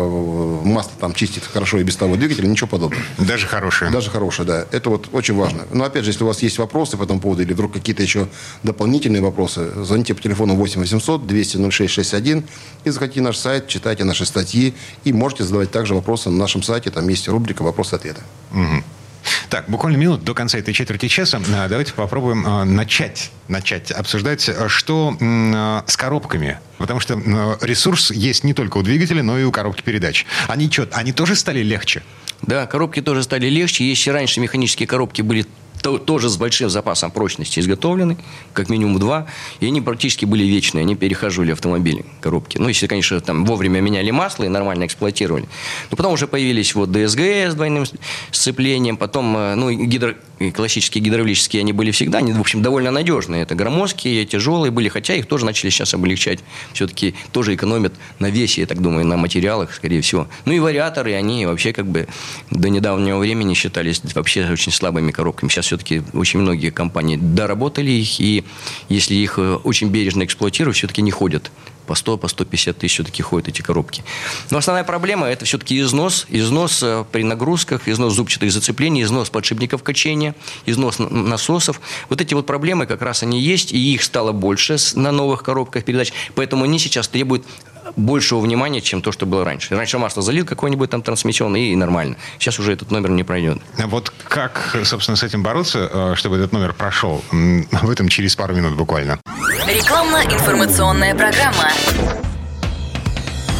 масло там чистит хорошо и без того двигателя, ничего подобного. Даже хорошее. Даже хорошее, да. Это вот очень важно. Но опять же, если у вас есть вопросы по этому поводу или вдруг какие-то еще дополнительные вопросы, звоните по телефону 8 800 200 0661 и заходите на наш сайт, читайте наши статьи и можете задавать также вопросы на нашем сайте. Там есть рубрика «Вопросы-ответы». Угу. Так, буквально минут до конца этой четверти часа. Давайте попробуем начать обсуждать, что с коробками. Потому что ресурс есть не только у двигателя, но и у коробки передач. Они тоже стали легче? Да, коробки тоже стали легче. Если раньше механические коробки были тоже с большим запасом прочности изготовлены, как минимум 2, и они практически были вечные, они перехаживали автомобили, коробки. Ну, если, конечно, там вовремя меняли масло и нормально эксплуатировали. Но потом уже появились вот ДСГ с двойным сцеплением, потом, классические гидравлические они были всегда, они, в общем, довольно надежные. Это громоздкие, тяжелые были, хотя их тоже начали сейчас облегчать. Все-таки тоже экономят на весе, я так думаю, на материалах, скорее всего. Ну, и вариаторы, они вообще как бы до недавнего времени считались вообще очень слабыми коробками. Сейчас все-таки очень многие компании доработали их, и если их очень бережно эксплуатировать, все-таки не ходят. По 100, по 150 тысяч все-таки ходят эти коробки. Но основная проблема – это все-таки износ при нагрузках, износ зубчатых зацеплений, износ подшипников качения, износ насосов. Вот эти вот проблемы как раз они есть, и их стало больше на новых коробках передач. Поэтому они сейчас требуют большего внимания, чем то, что было раньше. Раньше масло залил какой-нибудь там трансмиссионный, и нормально. Сейчас уже этот номер не пройдет. Вот как, собственно, с этим бороться, чтобы этот номер прошел? В этом через пару минут буквально. Рекламно-информационная программа.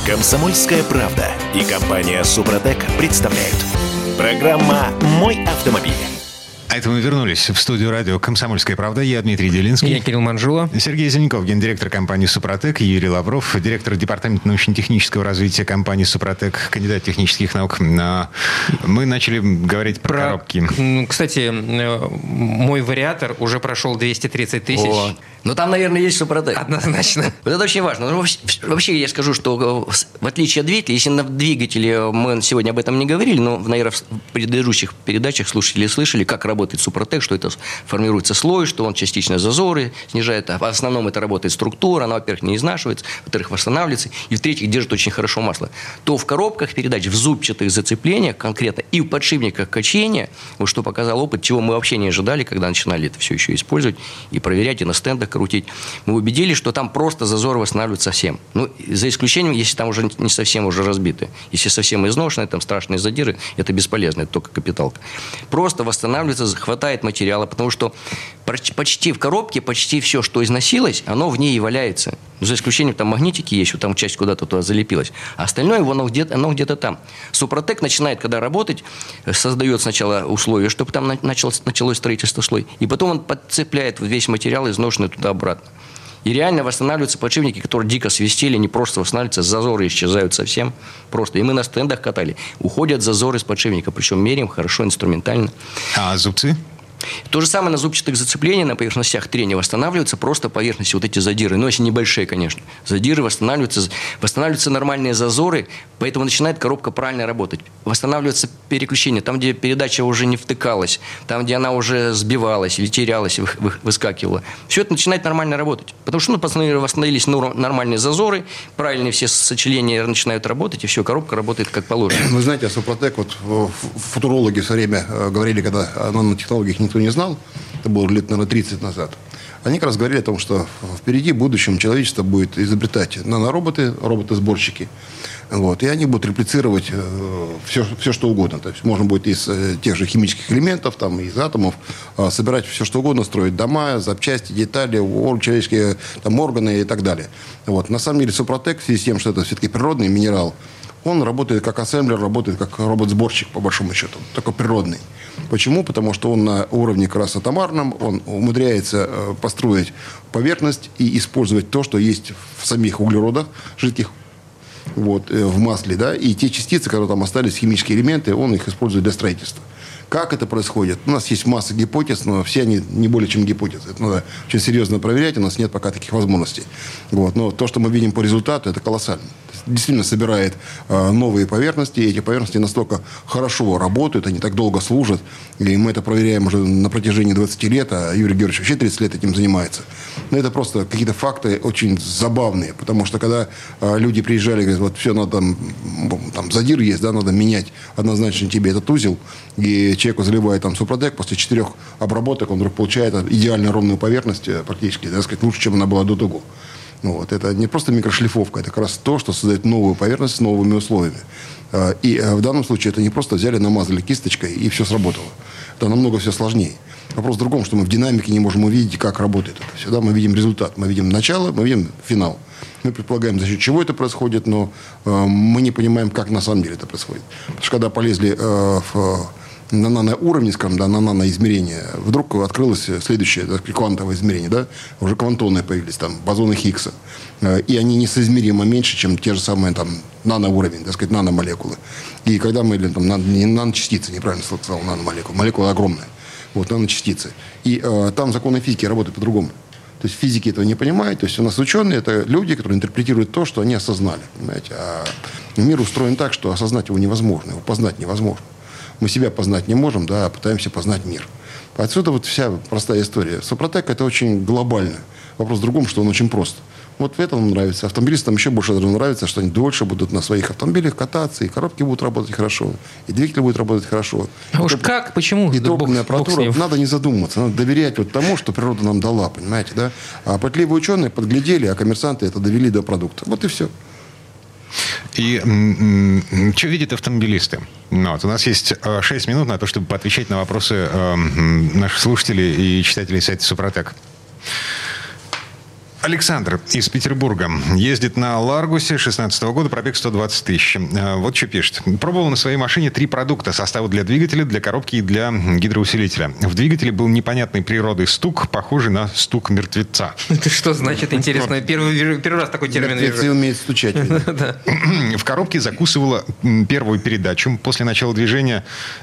Комсомольская правда и компания «Супротек» представляют. Программа «Мой автомобиль». А это мы вернулись в студию радио «Комсомольская правда». Я Дмитрий Делинский. Я Кирилл Манжула. Сергей Зеленков, гендиректор компании «Супротек». Юрий Лавров, директор департамента научно-технического развития компании «Супротек», кандидат технических наук. Мы начали говорить про коробки. Кстати, мой вариатор уже прошел 230 тысяч. Вот. Ну, там, наверное, есть «Супротек». Однозначно. Вот это очень важно. Ну, вообще, я скажу, что в отличие от двигателя, если на двигателе мы сегодня об этом не говорили, но, наверное, в предыдущих передачах слушатели слышали, как работает «Супротек», что это формируется слой, что он частично зазоры снижает. А в основном это работает структура, она, во-первых, не изнашивается, во-вторых, восстанавливается, и, в-третьих, держит очень хорошо масло. То в коробках передач, в зубчатых зацеплениях конкретно и в подшипниках качения, вот что показал опыт, чего мы вообще не ожидали, когда начинали это все еще использовать и проверять, и на стендах крутить, мы убедились, что там просто зазоры восстанавливаются совсем. Ну, за исключением, если там уже не совсем уже разбиты. Если совсем изношенные, там страшные задиры, это бесполезно, это только капиталка. Просто восстанавливается, хватает материала, потому что почти в коробке, почти все, что износилось, оно в ней и валяется. Ну, за исключением, там магнитики есть, вот там часть куда-то туда залепилась. А остальное, оно где-то там. «Супротек» начинает, когда работать, создает сначала условия, чтобы там началось строительство слой, и потом он подцепляет весь материал, изношенный туда-обратно. И реально восстанавливаются подшипники, которые дико свистели, не просто восстанавливаются, зазоры исчезают совсем просто. И мы на стендах катали. Уходят зазоры с подшипника, причем меряем хорошо, инструментально. А зубцы? То же самое на зубчатых зацеплениях, на поверхностях трения восстанавливаются просто поверхности, вот эти задиры. Но если небольшие, конечно. Задиры восстанавливаются нормальные зазоры, поэтому начинает коробка правильно работать. Восстанавливается переключение, там, где передача уже не втыкалась, там, где она уже сбивалась или терялась, выскакивала. Все это начинает нормально работать. Потому что восстановились нормальные зазоры, правильные все сочленения начинают работать, и все, коробка работает как положено. Вы знаете, о «Супротек», вот футурологи все время говорили, когда о нанотехнологиях никто не знал, это было лет, наверное, 30 назад, они как раз говорили о том, что впереди, в будущем, человечество будет изобретать нанороботы, роботы-сборщики. Вот, и они будут реплицировать все, что угодно. То есть можно будет из тех же химических элементов, там, из атомов собирать все, что угодно, строить дома, запчасти, детали, человеческие там, органы и так далее. Вот. На самом деле «Супротек», в связи с тем, что это все-таки природный минерал, он работает как ассемблер, работает как робот-сборщик, по большому счету. Такой природный. Почему? Потому что он на уровне как раз атомарном, он умудряется построить поверхность и использовать то, что есть в самих углеродах жидких, вот, в масле, да, и те частицы, которые там остались, химические элементы, он их использует для строительства. Как это происходит? У нас есть масса гипотез, но все они не более чем гипотезы. Это надо очень серьезно проверять, у нас нет пока таких возможностей. Вот. Но то, что мы видим по результату, это колоссально. Действительно собирает новые поверхности, и эти поверхности настолько хорошо работают, они так долго служат, и мы это проверяем уже на протяжении 20 лет, а Юрий Георгиевич вообще 30 лет этим занимается. Но это просто какие-то факты очень забавные, потому что когда люди приезжали и говорят, вот все, надо там задир есть, да, надо менять однозначно тебе этот узел, и человеку заливает там «Супротек», после 4 обработок он вдруг получает идеально ровную поверхность, практически, так сказать, лучше, чем она была до того. Вот. Это не просто микрошлифовка, это как раз то, что создает новую поверхность с новыми условиями. И в данном случае это не просто взяли, намазали кисточкой, и все сработало. Это намного все сложнее. Вопрос в другом, что мы в динамике не можем увидеть, как работает это все. Да? Мы видим результат, мы видим начало, мы видим финал. Мы предполагаем, за счет чего это происходит, но мы не понимаем, как на самом деле это происходит. Потому что когда полезли на наноуровне, скажем, да, на наноизмерение, вдруг открылось следующее, так сказать, квантовое измерение, да, уже квантоны появились, там, бозоны Хиггса, и они несоизмеримо меньше, чем те же самые, там, наноуровень, так сказать, наномолекулы. И когда мы, там, не наночастицы, неправильно сказал, наномолекулы, молекулы огромные, вот, наночастицы, и там законы физики работают по-другому. То есть физики этого не понимают. То есть у нас ученые – это люди, которые интерпретируют то, что они осознали. Понимаете? А мир устроен так, что осознать его невозможно, его познать невозможно. Мы себя познать не можем, да, а пытаемся познать мир. Отсюда вот вся простая история. «Супротек» – это очень глобально. Вопрос в другом, что он очень прост. Вот это нам нравится. Автомобилистам еще больше нравится, что они дольше будут на своих автомобилях кататься, и коробки будут работать хорошо, и двигатель будет работать хорошо. А уж как? Почему? И топливная аппаратура. Надо не задумываться. Надо доверять вот тому, что природа нам дала, понимаете, да? А пытливые ученые подглядели, а коммерсанты это довели до продукта. Вот и все. И что видят автомобилисты? Ну, вот, у нас есть 6 минут на то, чтобы поотвечать на вопросы наших слушателей и читателей сайта «Супротек». Александр из Петербурга ездит на Ларгусе 2016 года, пробег 120 тысяч. Вот что пишет. Пробовал на своей машине 3 продукта. Состава для двигателя, для коробки и для гидроусилителя. В двигателе был непонятной природы стук, похожий на стук мертвеца. Это что значит, интересно? Первый раз такой термин вижу. Мертвецы умеют стучать. В коробке закусывала первую передачу. После начала движения...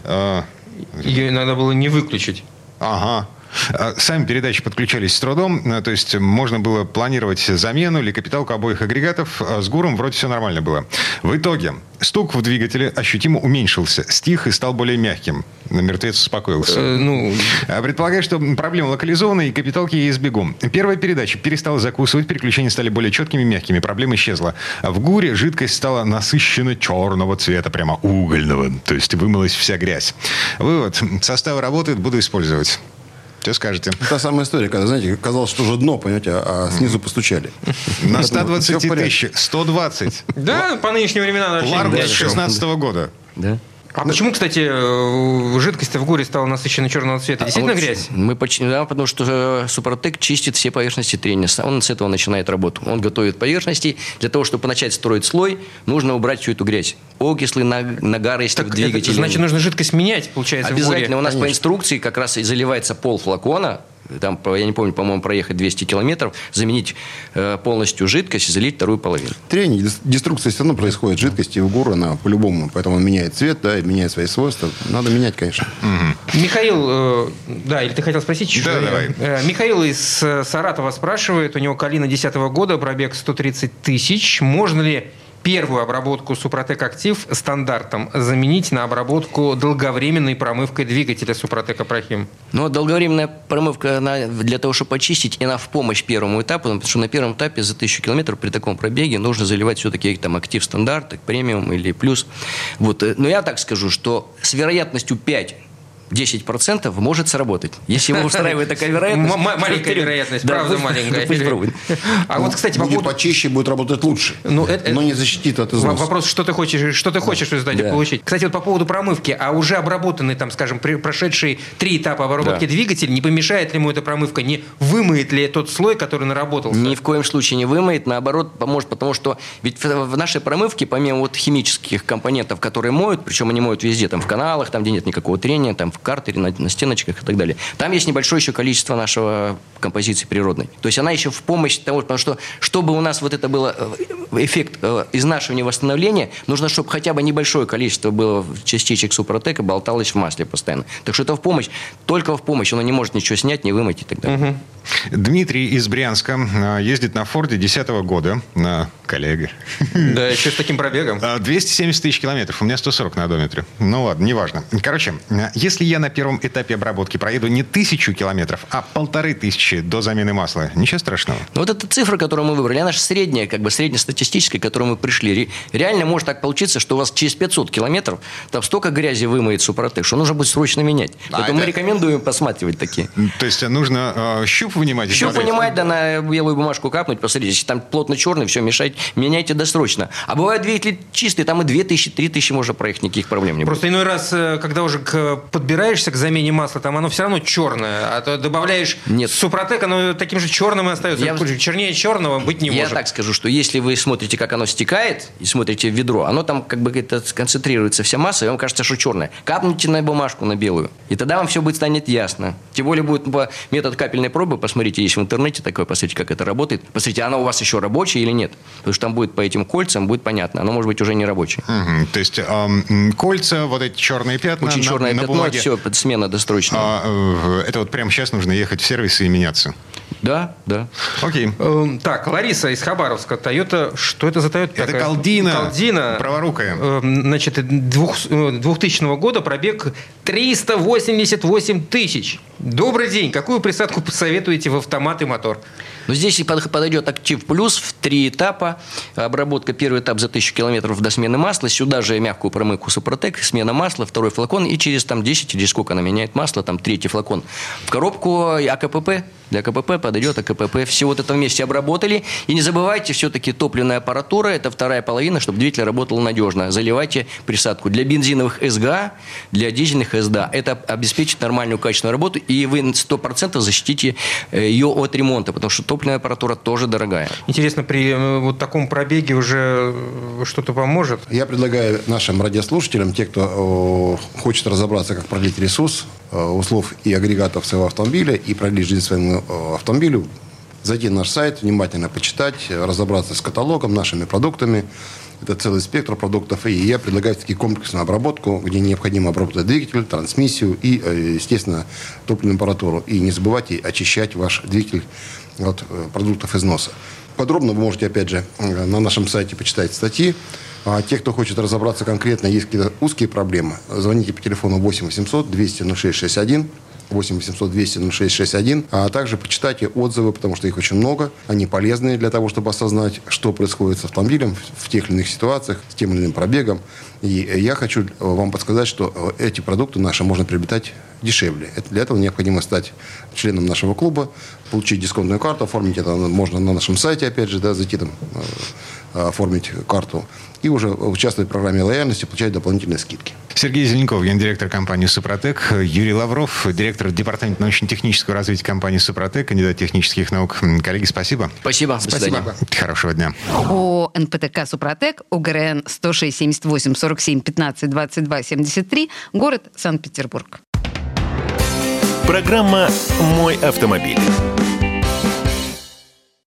Ее иногда было не выключить. Ага. Сами передачи подключались с трудом, то есть можно было планировать замену или капиталку обоих агрегатов. С ГУРом вроде все нормально было. В итоге стук в двигателе ощутимо уменьшился, стих и стал более мягким. Мертвец успокоился. Предполагаю, что проблема локализована, и капиталки я избегу. Первая передача перестала закусывать, переключения стали более четкими и мягкими, проблема исчезла. В ГУРе жидкость стала насыщенно черного цвета, прямо угольного, то есть вымылась вся грязь. Вывод. Составы работают, буду использовать. Что скажете? Та самая история, когда, знаете, казалось, что уже дно, понимаете, а снизу постучали. На 120 тысяч 120. Да, по нынешним временам. Ларгус 2016 года. Да. А почему, кстати, жидкость в ГУРе стала насыщенно черного цвета? Действительно грязь? Да, потому что Супротек чистит все поверхности трения. Он с этого начинает работу. Он готовит поверхности. Для того, чтобы начать строить слой, нужно убрать всю эту грязь. Окислы, нагары, если в двигателе. Значит, нужно жидкость менять, получается, обязательно. в ГУРе? У нас по инструкции как раз и заливается пол флакона. Там, я не помню, по-моему, проехать 200 километров, заменить полностью жидкость и залить вторую половину. Трение, деструкция все равно происходит жидкости в ГУР, она по-любому, поэтому он меняет цвет, да, и меняет свои свойства. Надо менять, конечно. Михаил, да, или ты хотел спросить? Да, давай. Михаил из Саратова спрашивает, у него Калина 2010 года, пробег 130 тысяч. Можно ли первую обработку Супротек Актив стандартом заменить на обработку долговременной промывкой двигателя Супротек Апрахим? Но долговременная промывка, она для того, чтобы очистить, она в помощь первому этапу, потому что на первом этапе за 1000 километров при таком пробеге нужно заливать все-таки там Актив стандарт, премиум или плюс. Вот. Но я так скажу, что с вероятностью 10% может сработать. Если его устраивает такая вероятность... Маленькая вероятность, правда маленькая. А вот, кстати, будет почище, будет работать лучше, но не защитит от износа. Вопрос, что ты хочешь в результате получить. Кстати, вот по поводу промывки, а уже обработанный, там, скажем, прошедшие 3 этапа обработки двигателя, не помешает ли ему эта промывка, не вымоет ли тот слой, который наработался? Ни в коем случае не вымоет, наоборот, поможет, потому что ведь в нашей промывке, помимо вот химических компонентов, которые моют, причем они моют везде, там в каналах, там, где нет никакого трения, там в картере, на стеночках и так далее. Там есть небольшое еще количество нашего композиции природной. То есть она еще в помощь того, потому что, чтобы у нас вот это было эффект изнашивания, восстановления, нужно, чтобы хотя бы небольшое количество было частичек Супротека болталось в масле постоянно. Так что это в помощь, только в помощь. Оно не может ничего снять, не вымыть и так далее. Дмитрий из Брянска ездит на Форде 2010 года. Коллега. Да, еще с таким пробегом. 270 тысяч километров. У меня 140 на одометре. Ну ладно, неважно. Короче, если я на первом этапе обработки проеду не 1000 километров, а 1500 до замены масла, ничего страшного? Ну, вот эта цифра, которую мы выбрали, она же средняя, как бы среднестатистическая, к которой мы пришли. Реально может так получиться, что у вас через 500 километров там столько грязи вымоет Супротек, что нужно будет срочно менять. Поэтому мы рекомендуем посматривать такие. То есть нужно щуп вынимать? Щуп вынимать, да, на белую бумажку капнуть, посмотрите, если там плотно черный, все, мешать, меняйте досрочно. А бывают двигатели чистые, там и 2000, 3000 можно проехать, никаких проблем не будет. Просто иной раз, когда уже подбираешься к замене масла, там оно все равно черное, а то добавляешь Супротек, оно таким же черным и остается. Чернее черного быть не может. Я так скажу, что если вы смотрите, как оно стекает, и смотрите в ведро, оно там как бы это концентрируется вся масса, и вам кажется, что черное. Капните на бумажку, на белую, и тогда вам все будет станет ясно. Тем более будет метод капельной пробы, посмотрите, есть в интернете такое, посмотрите, как это работает. Посмотрите, оно у вас еще рабочее или нет. Потому что там будет по этим кольцам, будет понятно, оно может быть уже не рабочее. То есть кольца, вот эти черные пятна очень черное на пятно, бумаге. все, смена досрочная. Это вот прямо сейчас нужно ехать в сервис и меняться? Да. Окей. Так, Лариса из Хабаровска. Тойота. Что это за Тойота? Это Калдина. Калдина. Праворукая. Значит, 2000 года пробег 388 тысяч. Добрый день. Какую присадку посоветуете в автомат и мотор? Но здесь и подойдет Актив Плюс в 3 этапа. Обработка, первый этап за 1000 километров до смены масла. Сюда же мягкую промывку Супротек, смена масла, второй флакон. И через там 10 или сколько она меняет масло, там 3-й флакон. В коробку АКПП Для КПП подойдет, а КПП все вот это вместе обработали. И не забывайте, все-таки топливная аппаратура – это вторая половина, чтобы двигатель работал надежно. Заливайте присадку. Для бензиновых СГА, для дизельных СДА это обеспечит нормальную качественную работу, и вы 100% защитите ее от ремонта, потому что топливная аппаратура тоже дорогая. Интересно, при вот таком пробеге уже что-то поможет? Я предлагаю нашим радиослушателям, те, кто хочет разобраться, как продлить ресурс узлов и агрегатов своего автомобиля и продлить жизнь своему автомобилю, зайти на наш сайт, внимательно почитать, разобраться с каталогом, нашими продуктами. Это целый спектр продуктов. И я предлагаю таки комплексную обработку, где необходимо обработать двигатель, трансмиссию и, естественно, топливную аппаратуру. И не забывайте очищать ваш двигатель от продуктов износа. Подробно вы можете, опять же, на нашем сайте почитать статьи. А те, кто хочет разобраться конкретно, есть какие-то узкие проблемы, звоните по телефону 8 800 200 0661, 8 800 200 0661, а также почитайте отзывы, потому что их очень много. Они полезные для того, чтобы осознать, что происходит с автомобилем в тех или иных ситуациях, с тем или иным пробегом. И я хочу вам подсказать, что эти продукты наши можно приобретать дешевле. Для этого необходимо стать членом нашего клуба, получить дисконтную карту, оформить это можно на нашем сайте, опять же, да, зайти там, оформить карту и уже участвовать в программе лояльности, получать дополнительные скидки. Сергей Зеленков, гендиректор компании «Супротек», Юрий Лавров, директор департамента научно-технического развития компании «Супротек», кандидат технических наук. Коллеги, спасибо. Спасибо. Спасибо. Хорошего дня. ООО «НПТК Супротек», УГРН 106 78 47 15 22 73, город Санкт-Петербург. Программа «Мой автомобиль».